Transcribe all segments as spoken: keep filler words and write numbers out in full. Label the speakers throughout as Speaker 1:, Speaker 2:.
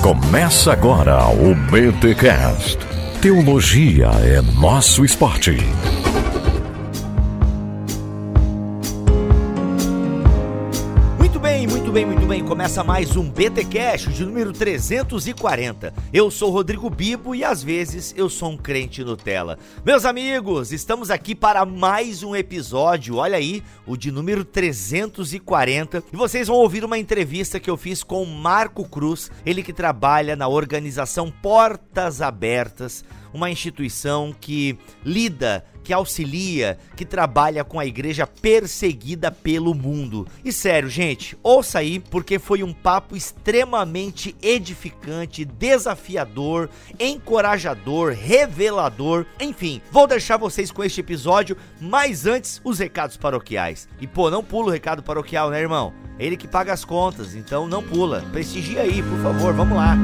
Speaker 1: Começa agora o BTcast. Teologia é nosso esporte.
Speaker 2: Muito bem, muito bem, muito bem. Começa mais um BTcast de número trezentos e quarenta. Eu sou Rodrigo Bibo e às vezes eu sou um crente Nutella. Meus amigos, estamos aqui para mais um episódio, olha aí, o de número trezentos e quarenta. E vocês vão ouvir uma entrevista que eu fiz com o Marco Cruz, ele que trabalha na organização Portas Abertas, uma instituição que lida, que auxilia, que trabalha com a igreja perseguida pelo mundo. E sério, gente, ouça aí, porque foi um papo extremamente edificante, desafiador, encorajador, revelador. Enfim, vou deixar vocês com este episódio, mas antes, os recados paroquiais. E pô, não pula o recado paroquial, né, irmão? É ele que paga as contas, então não pula. Prestigia aí, por favor, vamos lá.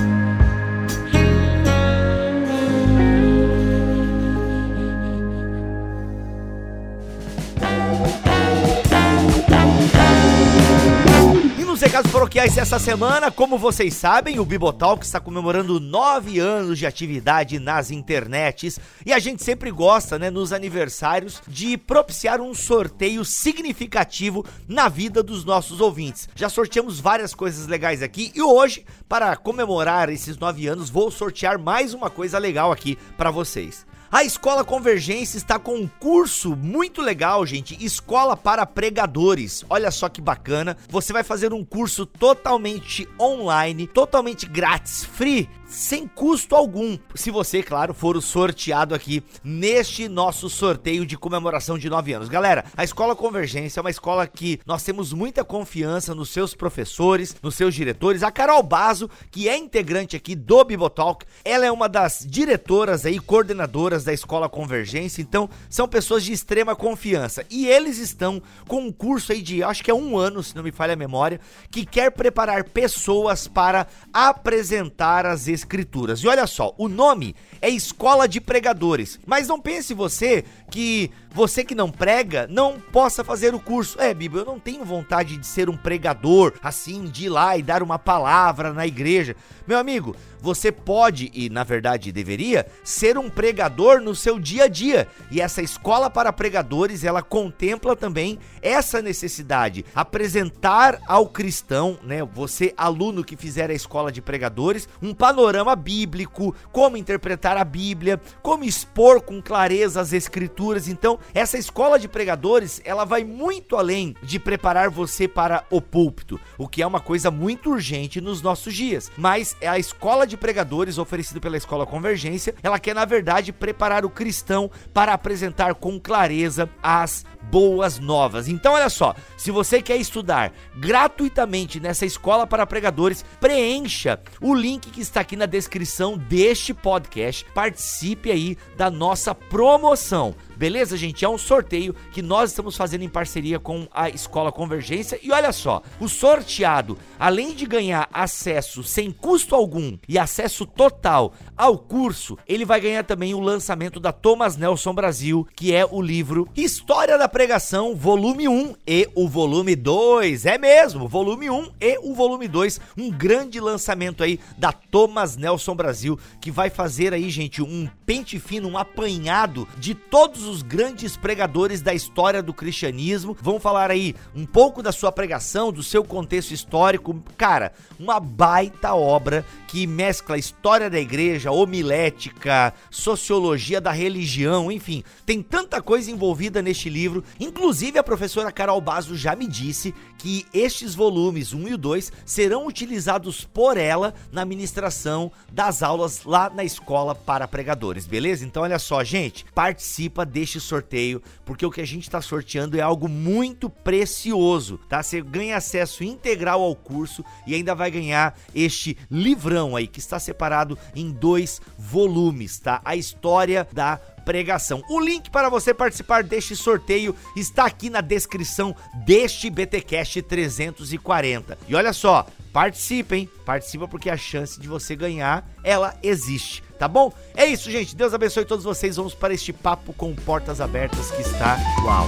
Speaker 2: Nos recados paroquiais essa semana, como vocês sabem, o Bibotalk está comemorando nove anos de atividade nas internets e a gente sempre gosta, né, nos aniversários, de propiciar um sorteio significativo na vida dos nossos ouvintes. Já sorteamos várias coisas legais aqui e hoje, para comemorar esses nove anos, vou sortear mais uma coisa legal aqui para vocês. A Escola Convergência está com um curso muito legal, gente, Escola para Pregadores. Olha só que bacana, você vai fazer um curso totalmente online, totalmente grátis, free, sem custo algum, se você, claro, for o sorteado aqui neste nosso sorteio de comemoração de nove anos. Galera, a Escola Convergência é uma escola que nós temos muita confiança nos seus professores, nos seus diretores. A Carol Bazo, que é integrante aqui do Bibotalk, ela é uma das diretoras aí, coordenadoras da Escola Convergência, então são pessoas de extrema confiança. E eles estão com um curso aí de, acho que é um ano, se não me falha a memória, que quer preparar pessoas para apresentar as escrituras. E olha só, o nome é Escola de Pregadores, mas não pense você que você que não prega não possa fazer o curso. É, Bíblia, eu não tenho vontade de ser um pregador, assim, de ir lá e dar uma palavra na igreja. Meu amigo, você pode, e na verdade deveria, ser um pregador no seu dia a dia. E essa Escola para Pregadores, ela contempla também essa necessidade, apresentar ao cristão, né, você aluno que fizer a Escola de Pregadores, um panorama bíblico, como interpretar a Bíblia, como expor com clareza as escrituras. Então, essa Escola de Pregadores, ela vai muito além de preparar você para o púlpito, o que é uma coisa muito urgente nos nossos dias. Mas a Escola de Pregadores, oferecida pela Escola Convergência, ela quer, na verdade, preparar o cristão para apresentar com clareza as boas novas. Então, olha só, se você quer estudar gratuitamente nessa Escola para Pregadores, preencha o link que está aqui na descrição deste podcast, participe aí da nossa promoção. Beleza, gente? É um sorteio que nós estamos fazendo em parceria com a Escola Convergência. E olha só, o sorteado, além de ganhar acesso sem custo algum e acesso total ao curso, ele vai ganhar também o lançamento da Thomas Nelson Brasil, que é o livro História da Pregação, volume um e o volume dois. É mesmo, volume um e o volume dois. Um grande lançamento aí da Thomas Nelson Brasil, que vai fazer aí, gente, um pente fino, um apanhado de todos os grandes pregadores da história do cristianismo. Vão falar aí um pouco da sua pregação, do seu contexto histórico. Cara, uma baita obra que mescla história da igreja, homilética, sociologia da religião, enfim, tem tanta coisa envolvida neste livro. Inclusive a professora Carol Bazo já me disse que estes volumes um e o dois serão utilizados por ela na ministração das aulas lá na Escola para Pregadores, beleza? Então olha só, gente, participa deste sorteio, porque o que a gente está sorteando é algo muito precioso, tá? Você ganha acesso integral ao curso e ainda vai ganhar este livrão aí, que está separado em dois volumes, tá? A história da pregação. O link para você participar deste sorteio está aqui na descrição deste BTcast trezentos e quarenta. E olha só, participa, hein? Participa porque a chance de você ganhar, ela existe, tá bom? É isso, gente. Deus abençoe todos vocês. Vamos para este papo com Portas Abertas que está uau!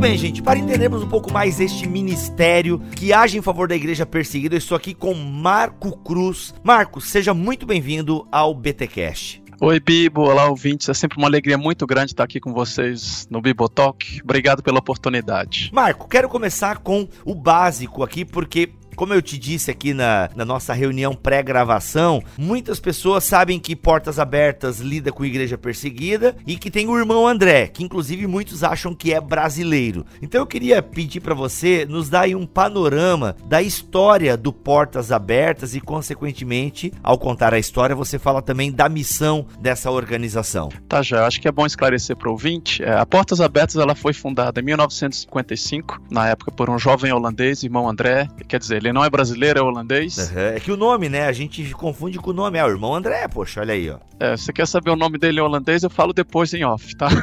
Speaker 2: bem, gente, para entendermos um pouco mais este ministério que age em favor da igreja perseguida, eu estou aqui com Marco Cruz. Marco, seja muito bem-vindo ao B T Cast.
Speaker 3: Oi, Bibo, olá, ouvintes. É sempre uma alegria muito grande estar aqui com vocês no Bibotalk. Obrigado pela oportunidade.
Speaker 2: Marco, quero começar com o básico aqui, porque... como eu te disse aqui na, na nossa reunião pré-gravação, muitas pessoas sabem que Portas Abertas lida com igreja perseguida e que tem o irmão André, que inclusive muitos acham que é brasileiro. Então eu queria pedir para você nos dar aí um panorama da história do Portas Abertas e, consequentemente, ao contar a história, você fala também da missão dessa organização.
Speaker 3: Tá, já. Acho que é bom esclarecer para o ouvinte. É, a Portas Abertas ela foi fundada em mil novecentos e cinquenta e cinco, na época por um jovem holandês, irmão André, quer dizer, ele não é brasileiro, é holandês.
Speaker 2: Uhum. É que o nome, né? A gente confunde com o nome. É o irmão André, poxa, olha aí, ó.
Speaker 3: É, você quer saber o nome dele em holandês? Eu falo depois em off, tá?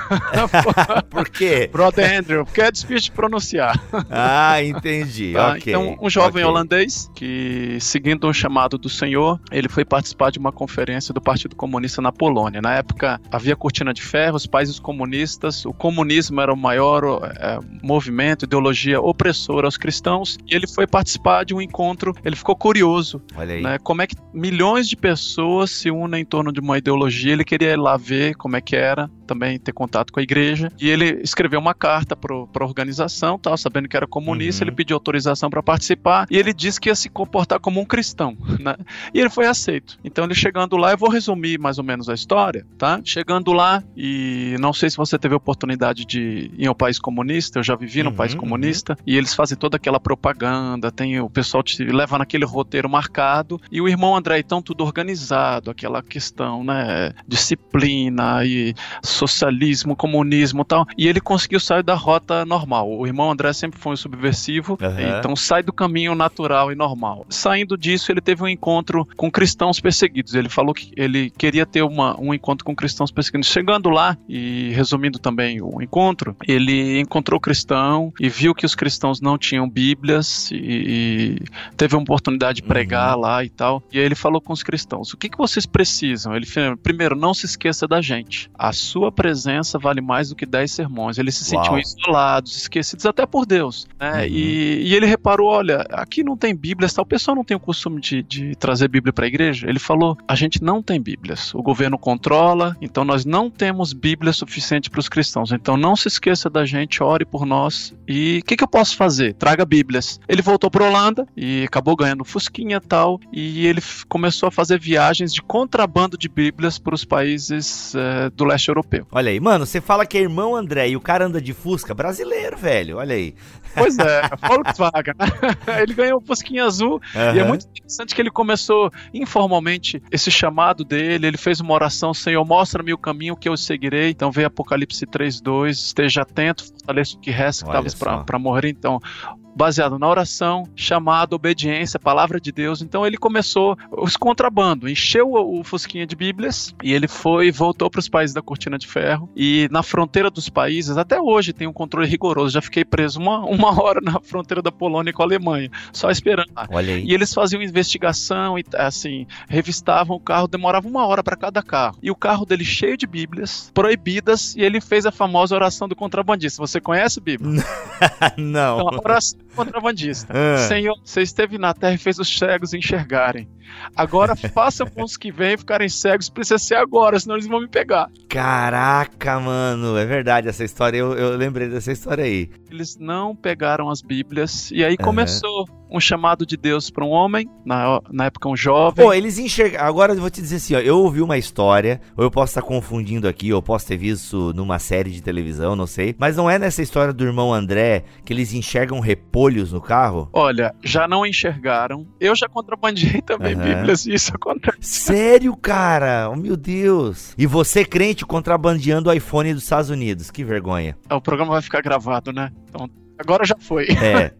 Speaker 2: Por quê?
Speaker 3: Brother Andrew, porque é difícil de pronunciar.
Speaker 2: Ah, entendi.
Speaker 3: Tá?
Speaker 2: Okay.
Speaker 3: Então, um jovem
Speaker 2: okay.
Speaker 3: holandês que, seguindo o chamado do Senhor, ele foi participar de uma conferência do Partido Comunista na Polônia. Na época, havia cortina de ferro, os países comunistas, o comunismo era o maior é, movimento, ideologia opressora aos cristãos, e ele foi participar de um encontro, ele ficou curioso,
Speaker 2: olha aí,
Speaker 3: né, como é que milhões de pessoas se unem em torno de uma ideologia. Ele queria ir lá ver como é que era, também ter contato com a igreja, e ele escreveu uma carta para a organização, tal, sabendo que era comunista, uhum. Ele pediu autorização para participar, e ele disse que ia se comportar como um cristão, né? E ele foi aceito. Então ele chegando lá, eu vou resumir mais ou menos a história, tá? Chegando lá, e não sei se você teve a oportunidade de ir ao país comunista, eu já vivi no uhum, país comunista, uhum. E eles fazem toda aquela propaganda, tem o O pessoal te leva naquele roteiro marcado, e o irmão André, então, tudo organizado, aquela questão, né, disciplina e socialismo, comunismo e tal, e ele conseguiu sair da rota normal. O irmão André sempre foi um subversivo, uhum. Então sai do caminho natural e normal. Saindo disso, ele teve um encontro com cristãos perseguidos. Ele falou que ele queria ter uma, um encontro com cristãos perseguidos. Chegando lá, e resumindo também o encontro, ele encontrou cristão e viu que os cristãos não tinham bíblias, e teve uma oportunidade de pregar uhum. lá e tal, e aí ele falou com os cristãos: o que, que vocês precisam? Ele falou: primeiro, não se esqueça da gente, a sua presença vale mais do que dez sermões. Eles se Uau. sentiam isolados, esquecidos até por Deus, né? Uhum. e, e ele reparou: olha, aqui não tem bíblias, tal. O pessoal não tem o costume de, de trazer Bíblia para a igreja. Ele falou: a gente não tem bíblias, o governo controla, então nós não temos Bíblia suficiente para os cristãos, então não se esqueça da gente, ore por nós, e o que, que eu posso fazer? Traga Bíblias. Ele voltou para Holanda e acabou ganhando Fusquinha e tal, e ele f- começou a fazer viagens de contrabando de bíblias para os países é, do leste europeu.
Speaker 2: Olha aí, mano, você fala que é irmão André e o cara anda de Fusca, brasileiro, velho, olha aí.
Speaker 3: Pois é, Volkswagen, né? Ele ganhou o Fusquinha azul, uhum. E é muito interessante que ele começou informalmente esse chamado dele, ele fez uma oração: Senhor, mostra-me o caminho que eu seguirei. Então veio Apocalipse três, dois, esteja atento, fortaleça o que resta, que estava para morrer. Então, baseado na oração, chamado, obediência, palavra de Deus. Então ele começou os contrabando, encheu o, o Fusquinha de bíblias, e ele foi, voltou para os países da cortina de ferro, e na fronteira dos países, até hoje tem um controle rigoroso. Já fiquei preso uma, uma hora na fronteira da Polônia com a Alemanha, só esperando.
Speaker 2: Olha aí.
Speaker 3: E eles faziam investigação, e assim, revistavam o carro, demorava uma hora para cada carro, e o carro dele cheio de bíblias proibidas, e ele fez a famosa oração do contrabandista. Você conhece a Bíblia?
Speaker 2: Não.
Speaker 3: Então, a oração contrabandista. Ah. Senhor, você esteve na terra e fez os cegos enxergarem. Agora faça com os que vêm ficarem cegos. Precisa ser agora, senão eles vão me pegar.
Speaker 2: Caraca, mano, é verdade essa história. Eu, eu lembrei dessa história aí.
Speaker 3: Eles não pegaram as bíblias, e aí uhum. começou um chamado de Deus para um homem, na, na época um jovem.
Speaker 2: Pô, eles enxergaram. Agora eu vou te dizer assim, ó, eu ouvi uma história, ou eu posso estar confundindo aqui, ou eu posso ter visto numa série de televisão, não sei, mas não é nessa história do irmão André que eles enxergam repolhos no carro?
Speaker 3: Olha, já não enxergaram. Eu já contrabandeei também uhum. bíblias, e isso acontece.
Speaker 2: Sério, cara? Oh, meu Deus. E você, crente, contrabandeando o iPhone dos Estados Unidos, que vergonha.
Speaker 3: O programa vai ficar gravado, né? Então, agora já foi.
Speaker 2: É.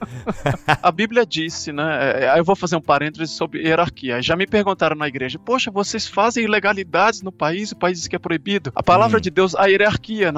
Speaker 3: A Bíblia disse, né? Aí eu vou fazer um parênteses sobre hierarquia. Já me perguntaram na igreja: poxa, vocês fazem ilegalidades no país, o país diz que é proibido. A palavra hum. de Deus, a hierarquia, né?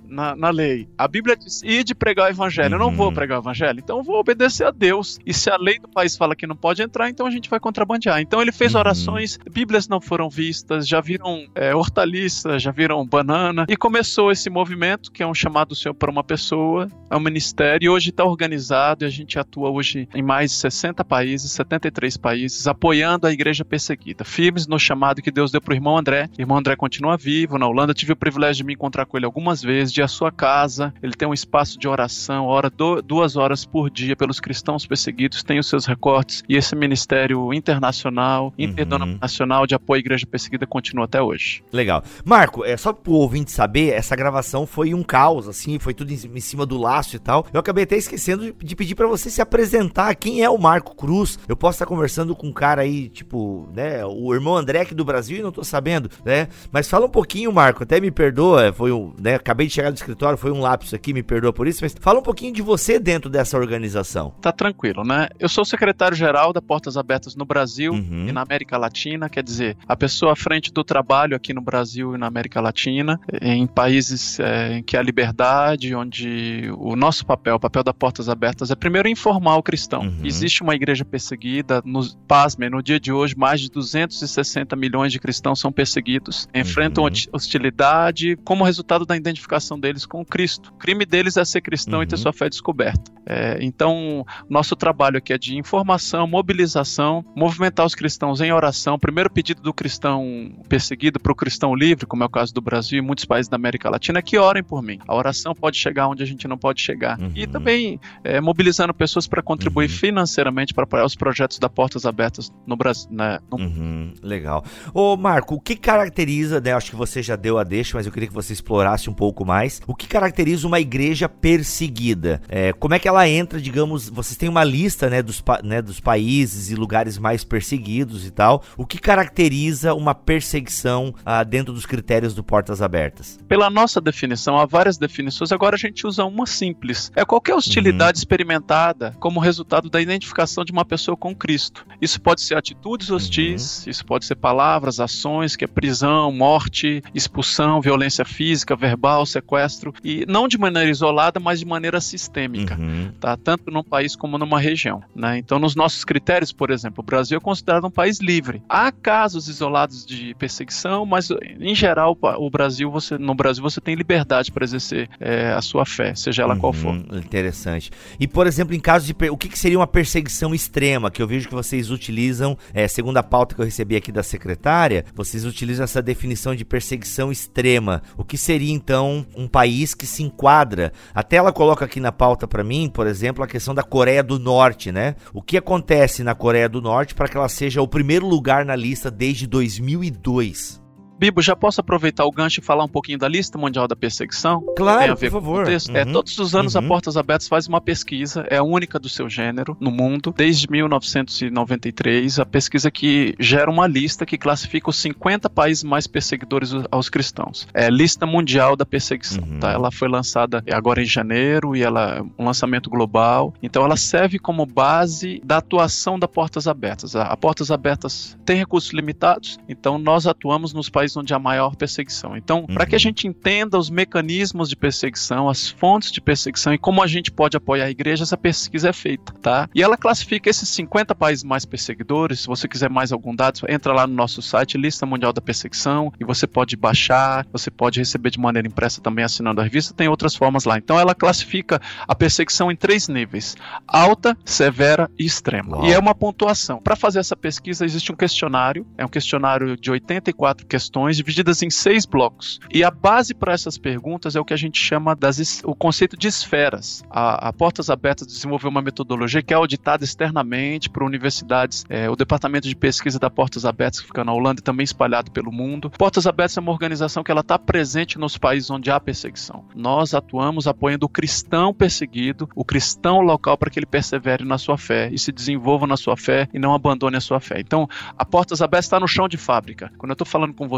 Speaker 3: na, na lei. A Bíblia diz, e de pregar o evangelho. Uhum. Eu não vou pregar o evangelho, então eu vou obedecer a Deus. E se a lei do país fala que não pode entrar, então a gente vai contrabandear. Então ele fez orações, uhum. Bíblias não foram vistas, já viram é, hortaliças, já viram banana, e começou esse movimento, que é um chamado do Senhor para uma pessoa, é um ministério, e hoje está organizado, e a gente atua hoje em mais de sessenta países, setenta e três países, apoiando a igreja perseguida, firmes no chamado que Deus deu para o irmão André. O irmão André continua vivo na Holanda, tive o privilégio de me encontrar com ele algumas vezes, de ir à sua casa, ele tem um espaço de oração, ora do, duas horas por dia pelos cristãos perseguidos, tem os seus recortes, e esse ministério internacional, interdenominacional de apoio à igreja perseguida continua até hoje.
Speaker 2: Legal. Marco, é só pro ouvinte saber, essa gravação foi um caos, assim, foi tudo em, em cima do laço e tal. Eu acabei até esquecendo de, de pedir pra você se apresentar. Quem é o Marco Cruz? Eu posso estar conversando com um cara aí, tipo, né, o irmão André aqui do Brasil e não tô sabendo, né? Mas fala um pouquinho, Marco, até me perdoa, foi um, né, acabei de chegar do escritório, foi um lapso aqui, me perdoa por isso, mas fala um pouquinho de você dentro dessa organização.
Speaker 3: Tá tranquilo, né? Eu sou secretário-geral da Portas Abertas no Brasil uhum. e na América Latina, quer dizer, a pessoa à frente do trabalho aqui no Brasil e na América Latina, em países é, em que há liberdade, onde o nosso papel, o papel da Portas Abertas é primeiro informar o cristão. Uhum. Existe uma igreja perseguida, nos, pasmem, no dia de hoje mais de duzentos e sessenta milhões de cristãos são perseguidos, enfrentam uhum. hostilidade como resultado da identificação deles com Cristo. O crime deles é ser cristão uhum. e ter sua fé descoberta. É, então, nosso trabalho aqui é de informação, mobilização, movimentar os cristãos em oração. Primeiro pedido do cristão perseguido para o cristão livre, como é o caso do Brasil e muitos países da América Latina, é que orem por mim. A oração pode chegar onde a gente não pode chegar. Uhum. E também é, mobilizando pessoas para contribuir uhum. financeiramente para apoiar os projetos da Portas Abertas no Brasil. Né? No...
Speaker 2: Uhum. Legal. Ô Marco, o que caracteriza, né, acho que você já deu a deixa, mas eu queria que você explorasse um pouco mais, o que caracteriza uma igreja perseguida? É, como é que ela entra, digamos, vocês têm uma lista, né, dos, né, dos países e lugares mais perseguidos e tal, o que caracteriza uma perseguição ah, dentro dos critérios do Portas Abertas?
Speaker 3: Pela nossa definição, há várias definições, agora a gente usa uma simples, é qualquer hostilidade uhum. experimentada como resultado da identificação de uma pessoa com Cristo. Isso pode ser atitudes hostis, uhum. isso pode ser palavras, ações, que é prisão, morte, expulsão, violência física, verbal, sequestro, e não de maneira isolada, mas de maneira sistêmica, uhum. tá? Tanto num país como numa região, né? Então, nos nossos critérios, por exemplo, o Brasil é considerado um país livre. Há casos isolados de perseguição, mas em geral, o Brasil, você, no Brasil você tem liberdade para exercer é, a sua fé, seja ela uhum. qual for.
Speaker 2: Interessante. E, por exemplo, em caso de... O que, que seria uma perseguição extrema, que eu vejo que vocês utilizam, é, segundo a pauta que eu recebi aqui da secretária, vocês utilizam essa definição de perseguição extrema. O que seria, então, um país que se enquadra? Até ela coloca aqui na pauta para mim, por exemplo, a questão da Coreia do Norte, né? O que acontece na Coreia do Norte para que ela seja o primeiro lugar na lista desde dois mil e dois?
Speaker 3: Bibo, já posso aproveitar o gancho e falar um pouquinho da Lista Mundial da Perseguição?
Speaker 2: Claro,
Speaker 3: tem a ver
Speaker 2: por favor.
Speaker 3: Com o texto?
Speaker 2: Uhum.
Speaker 3: É, todos os anos
Speaker 2: uhum.
Speaker 3: a Portas Abertas faz uma pesquisa, é a única do seu gênero no mundo, desde mil novecentos e noventa e três, a pesquisa que gera uma lista que classifica os cinquenta países mais perseguidores aos cristãos. É Lista Mundial da Perseguição, uhum. tá? Ela foi lançada agora em janeiro e ela é um lançamento global, então ela serve como base da atuação da Portas Abertas. A Portas Abertas tem recursos limitados, então nós atuamos nos países onde há maior perseguição. Então, uhum. para que a gente entenda os mecanismos de perseguição, as fontes de perseguição e como a gente pode apoiar a igreja, essa pesquisa é feita, tá? E ela classifica esses cinquenta países mais perseguidores. Se você quiser mais algum dado, entra lá no nosso site, Lista Mundial da Perseguição, e você pode baixar, você pode receber de maneira impressa também assinando a revista, tem outras formas lá. Então, ela classifica a perseguição em três níveis: alta, severa e extrema. Uau. E é uma pontuação. Para fazer essa pesquisa, existe um questionário, é um questionário de oitenta e quatro questões, divididas em seis blocos. E a base para essas perguntas é o que a gente chama das, o conceito de esferas. A, a Portas Abertas desenvolveu uma metodologia que é auditada externamente por universidades, é, o departamento de pesquisa da Portas Abertas, que fica na Holanda e também espalhado pelo mundo. Portas Abertas é uma organização que ela está presente nos países onde há perseguição. Nós atuamos apoiando o cristão perseguido, o cristão local, para que ele persevere na sua fé e se desenvolva na sua fé e não abandone a sua fé. Então, a Portas Abertas está no chão de fábrica. Quando eu estou falando com você,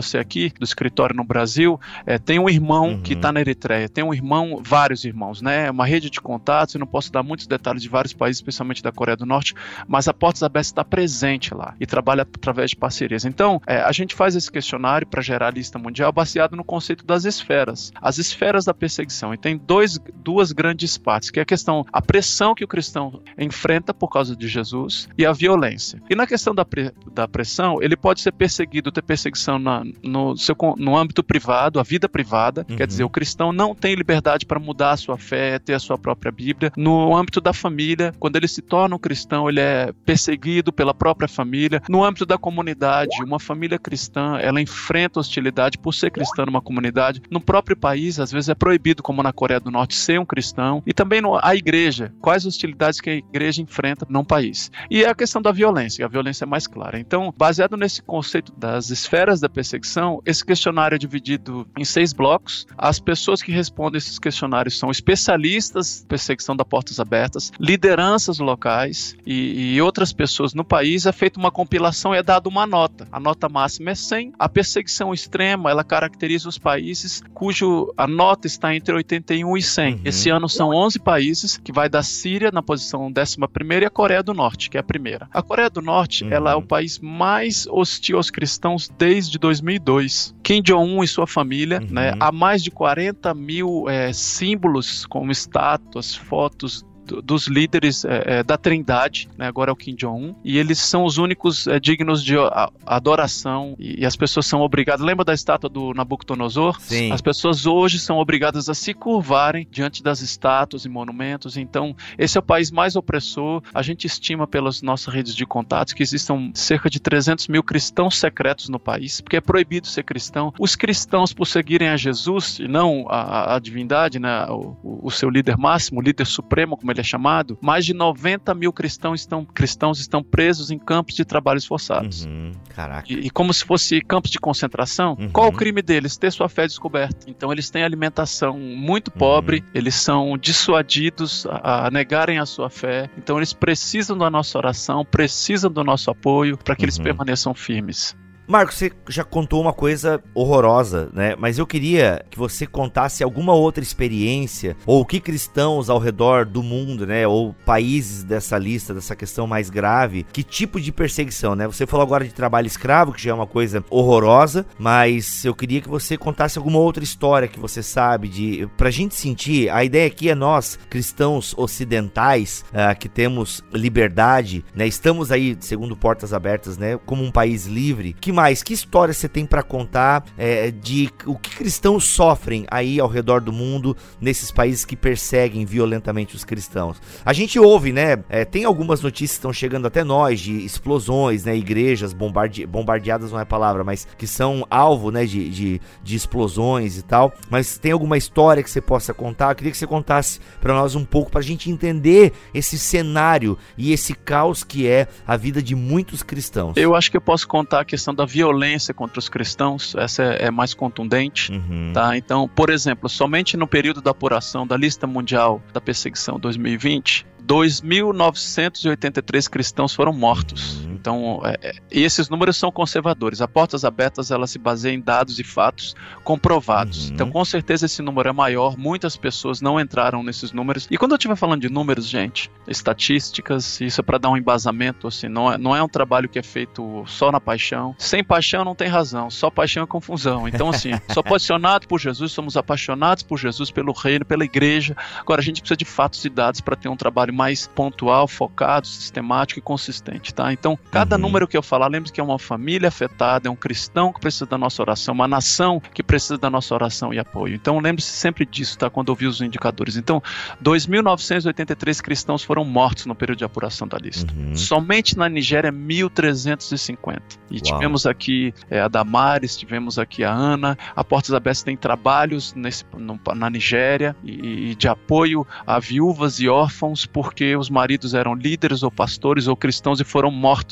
Speaker 3: você aqui, do escritório no Brasil, é, tem um irmão uhum. que está na Eritreia, tem um irmão, vários irmãos, né? Uma rede de contatos, eu não posso dar muitos detalhes de vários países, especialmente da Coreia do Norte, mas a Portas Abertas está presente lá e trabalha através de parcerias. Então, é, a gente faz esse questionário para gerar a lista mundial baseado no conceito das esferas, as esferas da perseguição. E tem dois, duas grandes partes, que é a questão, a pressão que o cristão enfrenta por causa de Jesus e a violência. E na questão da, pre, da pressão, ele pode ser perseguido, ter perseguição na, no, seu, no âmbito privado, a vida privada, uhum. quer dizer, o cristão não tem liberdade para mudar a sua fé, ter a sua própria Bíblia. No âmbito da família, quando ele se torna um cristão, ele é perseguido pela própria família. No âmbito da comunidade, uma família cristã, ela enfrenta hostilidade por ser cristã numa comunidade. No próprio país, às vezes é proibido, como na Coreia do Norte, ser um cristão. E também no, a igreja, quais hostilidades que a igreja enfrenta num país. E é a questão da violência, a violência é mais clara. Então, baseado nesse conceito das esferas da perseguição, esse questionário é dividido em seis blocos. As pessoas que respondem esses questionários são especialistas em perseguição da Portas Abertas, lideranças locais e, e outras pessoas no país. É feita uma compilação e é dada uma nota. A nota máxima é cem. A perseguição extrema, ela caracteriza os países cujo a nota está entre oitenta e um e cem. Uhum. Esse ano são onze países, que vai da Síria na posição décima primeira e a Coreia do Norte, que é a primeira. A Coreia do Norte, uhum. ela é o país mais hostil aos cristãos desde dois mil e dois. Kim Jong-un e sua família, uhum. né, há mais de quarenta mil é, símbolos, como estátuas, fotos dos líderes é, é, da Trindade, né, agora é o Kim Jong-un, e eles são os únicos é, dignos de a, adoração, e, e as pessoas são obrigadas, lembra da estátua do Nabucodonosor?
Speaker 2: Sim.
Speaker 3: As pessoas hoje são obrigadas a se curvarem diante das estátuas e monumentos. Então esse é o país mais opressor. A gente estima pelas nossas redes de contatos que existam cerca de trezentos mil cristãos secretos no país, porque é proibido ser cristão. Os cristãos, por seguirem a Jesus e não a, a divindade, né, o, o seu líder máximo, o líder supremo, como ele é chamado, mais de noventa mil cristãos estão, cristãos estão presos em campos de trabalhos forçados.
Speaker 2: Uhum, caraca.
Speaker 3: E, e como se fosse campos de concentração. Uhum. Qual o crime deles? Ter sua fé descoberta. Então eles têm alimentação muito pobre, uhum. eles são dissuadidos a, a negarem a sua fé. Então eles precisam da nossa oração, precisam do nosso apoio para que uhum. eles permaneçam firmes.
Speaker 2: Marcos, você já contou uma coisa horrorosa, né? Mas eu queria que você contasse alguma outra experiência, ou que cristãos ao redor do mundo, né? Ou países dessa lista, dessa questão mais grave, que tipo de perseguição, né? Você falou agora de trabalho escravo, que já é uma coisa horrorosa, mas eu queria que você contasse alguma outra história que você sabe, de, pra gente sentir, a ideia aqui é nós, cristãos ocidentais, uh, que temos liberdade, né? Estamos aí, segundo Portas Abertas, né? Como um país livre. Que mais? Que história você tem para contar é, de o que cristãos sofrem aí ao redor do mundo, nesses países que perseguem violentamente os cristãos? A gente ouve, né? É, tem algumas notícias que estão chegando até nós de explosões, né? Igrejas bombarde... bombardeadas não é a palavra, mas que são alvo, né? De, de, de explosões e tal. Mas tem alguma história que você possa contar? Eu queria que você contasse para nós um pouco, para a gente entender esse cenário e esse caos que é a vida de muitos cristãos.
Speaker 3: Eu acho que eu posso contar a questão da violência contra os cristãos, essa é, é mais contundente, uhum. tá? Então, por exemplo, somente no período da apuração da lista mundial da perseguição dois mil e vinte, dois mil novecentos e oitenta e três cristãos foram mortos. Uhum. Então, é, e esses números são conservadores. A Portas Abertas, ela se baseia em dados e fatos comprovados. Uhum. Então, com certeza, esse número é maior. Muitas pessoas não entraram nesses números. E quando eu estiver falando de números, gente, estatísticas, isso é para dar um embasamento, assim, não é, não é um trabalho que é feito só na paixão. Sem paixão não tem razão, só paixão é confusão. Então, assim, sou apaixonado por Jesus, somos apaixonados por Jesus, pelo reino, pela igreja. Agora, a gente precisa de fatos e dados para ter um trabalho mais pontual, focado, sistemático e consistente, tá? Então, cada uhum. número que eu falar, lembre que é uma família afetada, é um cristão que precisa da nossa oração, uma nação que precisa da nossa oração e apoio. Então, lembre-se sempre disso, tá? Quando ouvir os indicadores. Então, dois mil novecentos e oitenta e três cristãos foram mortos no período de apuração da lista. Uhum. Somente na Nigéria, mil trezentos e cinquenta. E Uau. tivemos aqui é, a Damares, tivemos aqui a Ana. A Portas Abertas tem trabalhos nesse, no, na Nigéria e, e de apoio a viúvas e órfãos, porque os maridos eram líderes ou pastores ou cristãos e foram mortos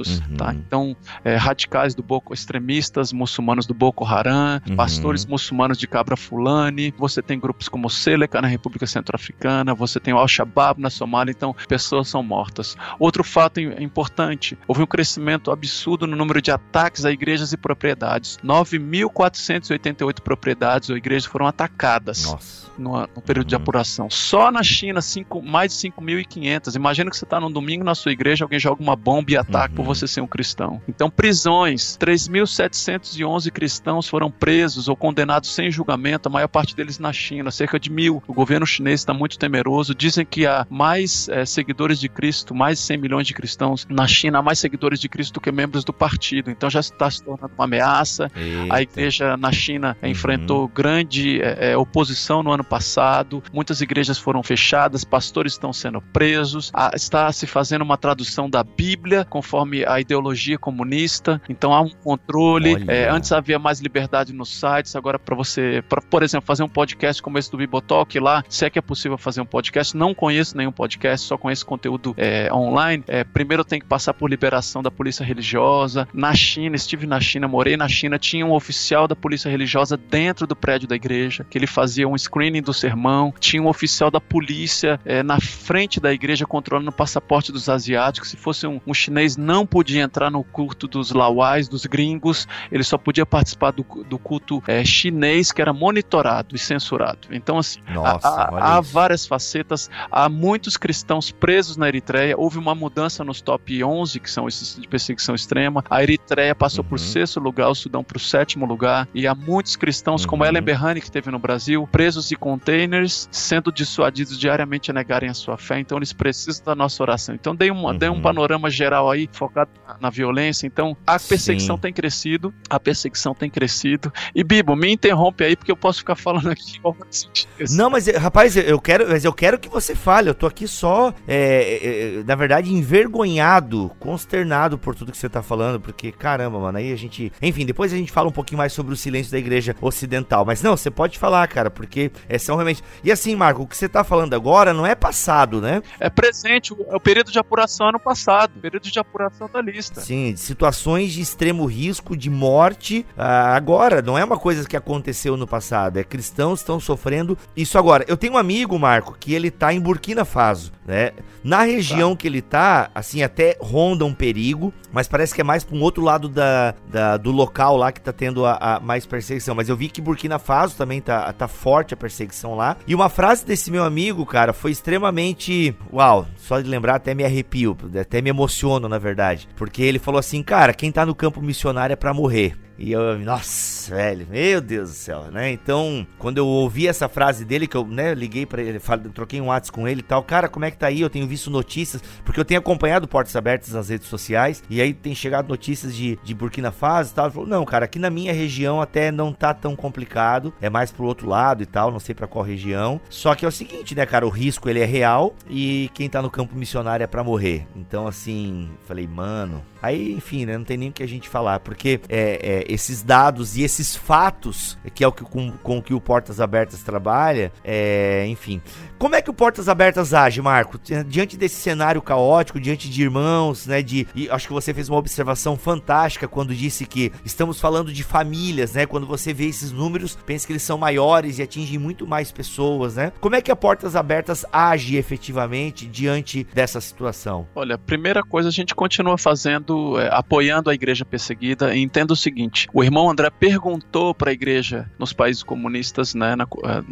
Speaker 3: grupos, uhum. tá? Então, é, radicais do Boko, extremistas muçulmanos do Boko Haram, uhum. pastores muçulmanos de Cabra Fulani, você tem grupos como o Seleka na República Centro-Africana, você tem o Al-Shabaab na Somália, então pessoas são mortas. Outro fato importante, houve um crescimento absurdo no número de ataques a igrejas e propriedades. nove mil quatrocentas e oitenta e oito propriedades ou igrejas foram atacadas. Nossa. No, no período uhum. de apuração. Só na China, cinco, mais de cinco mil e quinhentas. Imagina que você está num domingo na sua igreja, alguém joga uma bomba e ataca uhum. por você ser um cristão. Então, prisões. três mil setecentos e onze cristãos foram presos ou condenados sem julgamento, a maior parte deles na China, cerca de mil. O governo chinês está muito temeroso. Dizem que há mais é, seguidores de Cristo, mais de cem milhões de cristãos na China, há mais seguidores de Cristo do que membros do partido. Então já está se tornando uma ameaça. Eita. A igreja na China uhum. enfrentou grande é, oposição no ano passado. Muitas igrejas foram fechadas, pastores estão sendo presos. Ah, está se fazendo uma tradução da Bíblia conforme a ideologia comunista. Então há um controle. É, antes havia mais liberdade nos sites. Agora para você, pra, por exemplo, fazer um podcast como esse do Bibotalk lá, se é que é possível fazer um podcast, não conheço nenhum podcast, só conheço conteúdo é, online. É, primeiro tem que passar por liberação da polícia religiosa. Na China, estive na China, morei na China, tinha um oficial da polícia religiosa dentro do prédio da igreja, que ele fazia um screening do sermão. Tinha um oficial da polícia é, na frente da igreja controlando o passaporte dos asiáticos. Se fosse um, um chinês, não podia entrar no culto dos lauais, dos gringos. Ele só podia participar do, do culto é, chinês, que era monitorado e censurado. Então, assim, Nossa, há, há várias facetas. Há muitos cristãos presos na Eritreia. Houve uma mudança nos top onze, que são esses de perseguição extrema. A Eritreia passou uhum. por sexto lugar, o Sudão por sétimo lugar. E há muitos cristãos, uhum. como Ellen Berhane, que teve no Brasil, presos em containers, sendo dissuadidos diariamente a negarem a sua fé. Então, eles precisam da nossa oração. Então, dei um, uhum. dei um panorama geral aí, focado na, na violência. Então, a perseguição Sim. tem crescido, a perseguição tem crescido. E, Bibo, me interrompe aí, porque eu posso ficar falando aqui.
Speaker 2: Não, mas, rapaz, eu quero, mas eu quero que você fale. Eu tô aqui só, é, é, na verdade, envergonhado, consternado por tudo que você tá falando, porque, caramba, mano, aí a gente... Enfim, depois a gente fala um pouquinho mais sobre o silêncio da igreja ocidental. Mas não, você pode falar, cara, porque é, são realmente... E assim, Marco, o que você tá falando agora não é passado, né?
Speaker 3: É presente, é o período de apuração ano passado, o período de apuração da lista.
Speaker 2: Sim, de situações de extremo risco, de morte, ah, agora, não é uma coisa que aconteceu no passado, é cristãos estão sofrendo isso agora. Eu tenho um amigo, Marco, que ele tá em Burkina Faso, né? Na região tá. que ele tá, assim, até ronda um perigo, mas parece que é mais para um outro lado da, da, do local lá que tá tendo a, a mais perseguição. Mas eu vi que Burkina Faso também tá, tá forte a perseguição lá. E uma frase desse meu amigo, cara, foi extremamente... Uau, só de lembrar até me arrepio, até me emociono, na verdade. Porque ele falou assim, cara, quem tá no campo missionário é pra morrer. E eu, nossa, velho, meu Deus do céu, né? Então, quando eu ouvi essa frase dele, que eu, né, liguei pra ele, falei, troquei um WhatsApp com ele e tal, cara, como é que tá aí? Eu tenho visto notícias, porque eu tenho acompanhado Portas Abertas nas redes sociais, e aí tem chegado notícias de, de Burkina Faso e tal. Ele falou, não, cara, aqui na minha região até não tá tão complicado, é mais pro outro lado e tal, não sei pra qual região. Só que é o seguinte, né, cara, o risco ele é real e quem tá no campo missionário é pra morrer. Então, assim, falei, mano... Aí, enfim, né, não tem nem o que a gente falar, porque é, é, esses dados e esses fatos, que é o que, com, com que o Portas Abertas trabalha, é, enfim. Como é que o Portas Abertas age, Marco? Diante desse cenário caótico, diante de irmãos, né, de, e acho que você fez uma observação fantástica quando disse que estamos falando de famílias, né, quando você vê esses números, pensa que eles são maiores e atingem muito mais pessoas, né? Como é que a Portas Abertas age efetivamente diante dessa situação?
Speaker 3: Olha, a primeira coisa, a gente continua fazendo É, apoiando a igreja perseguida. E entenda o seguinte, o irmão André perguntou para a igreja nos países comunistas, né, na,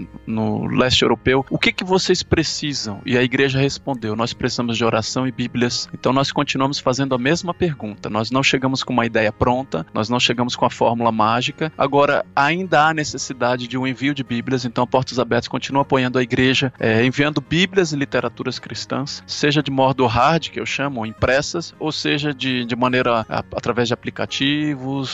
Speaker 3: no leste europeu, o que que vocês precisam? E a igreja respondeu, nós precisamos de oração e bíblias. Então nós continuamos fazendo a mesma pergunta, nós não chegamos com uma ideia pronta, nós não chegamos com a fórmula mágica. Agora ainda há necessidade de um envio de bíblias, então a Portas Abertas continua apoiando a igreja, é, enviando bíblias e literaturas cristãs, seja de modo hard, que eu chamo, impressas, ou seja de de maneira a, através de aplicativos, alguma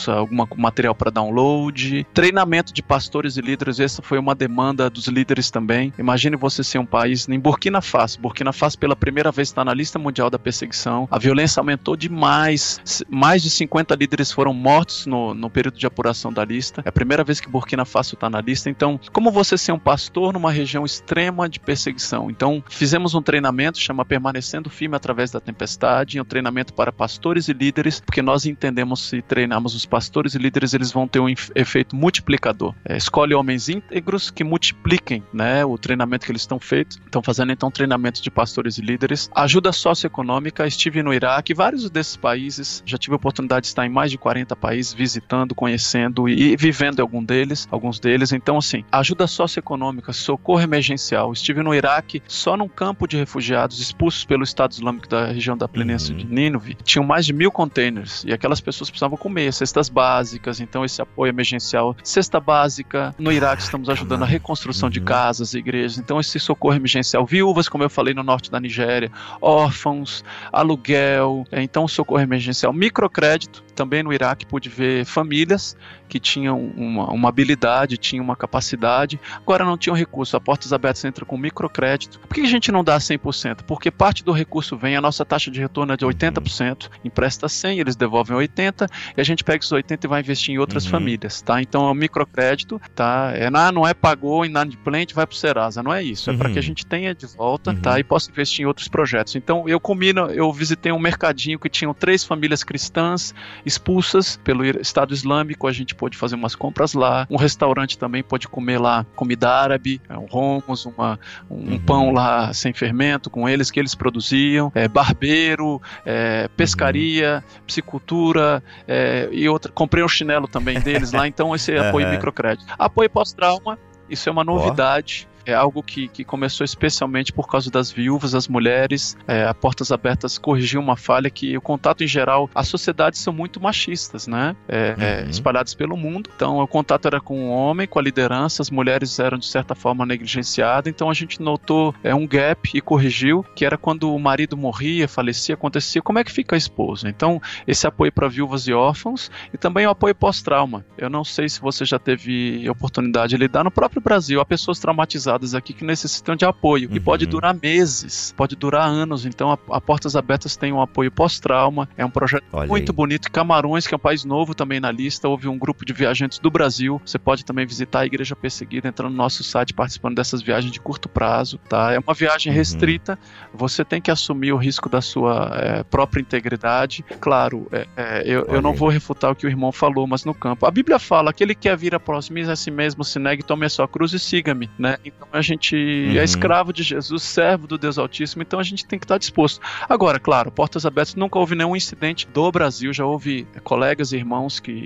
Speaker 3: uma, material para download, treinamento de pastores e líderes. Essa foi uma demanda dos líderes também. Imagine você ser um país em Burkina Faso. Burkina Faso pela primeira vez está na lista mundial da perseguição. A violência aumentou demais. Mais de cinquenta líderes foram mortos no, no período de apuração da lista. É a primeira vez que Burkina Faso está na lista. Então, como você ser um pastor numa região extrema de perseguição? Então, fizemos um treinamento, chama Permanecendo Firme Através da Tempestade, um treinamento para pastores e líderes, porque nós entendemos, se treinarmos os pastores e líderes, eles vão ter um efeito multiplicador. É, escolhe homens íntegros que multipliquem, né, o treinamento que eles estão feitos. Estão fazendo então treinamento de pastores e líderes. Ajuda socioeconômica, estive no Iraque, vários desses países, já tive a oportunidade de estar em mais de quarenta países, visitando, conhecendo e vivendo em algum deles, alguns deles. Então, assim, ajuda socioeconômica, socorro emergencial. Estive no Iraque, só num campo de refugiados expulsos pelo Estado Islâmico da região da Planície uhum. de Nínive, tinham mais de mil containers e aquelas pessoas precisavam comer, cestas básicas, então esse apoio emergencial, cesta básica. No Iraque estamos ajudando a reconstrução uhum. de casas, igrejas, então esse socorro emergencial, viúvas, como eu falei, no norte da Nigéria, órfãos, aluguel, então socorro emergencial, microcrédito. Também no Iraque pude ver famílias que tinham uma, uma habilidade, tinham uma capacidade, agora não tinham recurso. A Portas Abertas entra com microcrédito. Por que a gente não dá cem por cento? Porque parte do recurso vem, a nossa taxa de retorno é de oitenta por cento, empresta cem, eles devolvem oitenta, e a gente pega esses oitenta e vai investir em outras uhum. famílias, tá? Então é o microcrédito, tá? É, não é pagou, inadimplente, vai pro Serasa, não é isso, é uhum. para que a gente tenha de volta, uhum. tá? E possa investir em outros projetos. Então eu combino, eu visitei um mercadinho que tinham três famílias cristãs expulsas pelo Estado Islâmico, a gente pôde fazer umas compras lá, um restaurante também pôde comer lá comida árabe, um hummus, uma, um uhum. pão lá sem fermento com eles, que eles produziam, é, barbeiro, é, pescaria, uhum. piscicultura, é, e outra, comprei um chinelo também deles lá, então esse é apoio uhum. microcrédito. Apoio pós-trauma, isso é uma novidade. Oh. É algo que, que começou especialmente por causa das viúvas, as mulheres. É, a Portas Abertas corrigiu uma falha que o contato em geral, as sociedades são muito machistas, né? É, uhum. é, espalhadas pelo mundo. Então o contato era com o homem, com a liderança, as mulheres eram de certa forma negligenciadas. Então a gente notou é, um gap e corrigiu, que era quando o marido morria, falecia, acontecia, como é que fica a esposa? Então esse apoio para viúvas e órfãos e também o apoio pós-trauma. Eu não sei se você já teve oportunidade de lidar no próprio Brasil, há pessoas traumatizadas aqui que necessitam de apoio uhum. e pode durar meses, pode durar anos. Então a, a Portas Abertas tem um apoio pós-trauma, é um projeto Olha muito aí. bonito. Camarões, que é um país novo também na lista, houve um grupo de viajantes do Brasil, você pode também visitar a Igreja Perseguida entrando no nosso site, participando dessas viagens de curto prazo, tá? É uma viagem uhum. restrita, você tem que assumir o risco da sua é, própria integridade. Claro, é, é, eu, eu não vou refutar o que o irmão falou, mas no campo, a Bíblia fala, aquele que quer vir após mim, a si mesmo se negue, tome a sua cruz e siga-me, né? Então a gente uhum. é escravo de Jesus, servo do Deus Altíssimo, então a gente tem que estar disposto. Agora, claro, Portas Abertas, nunca houve nenhum incidente do Brasil, já houve colegas e irmãos que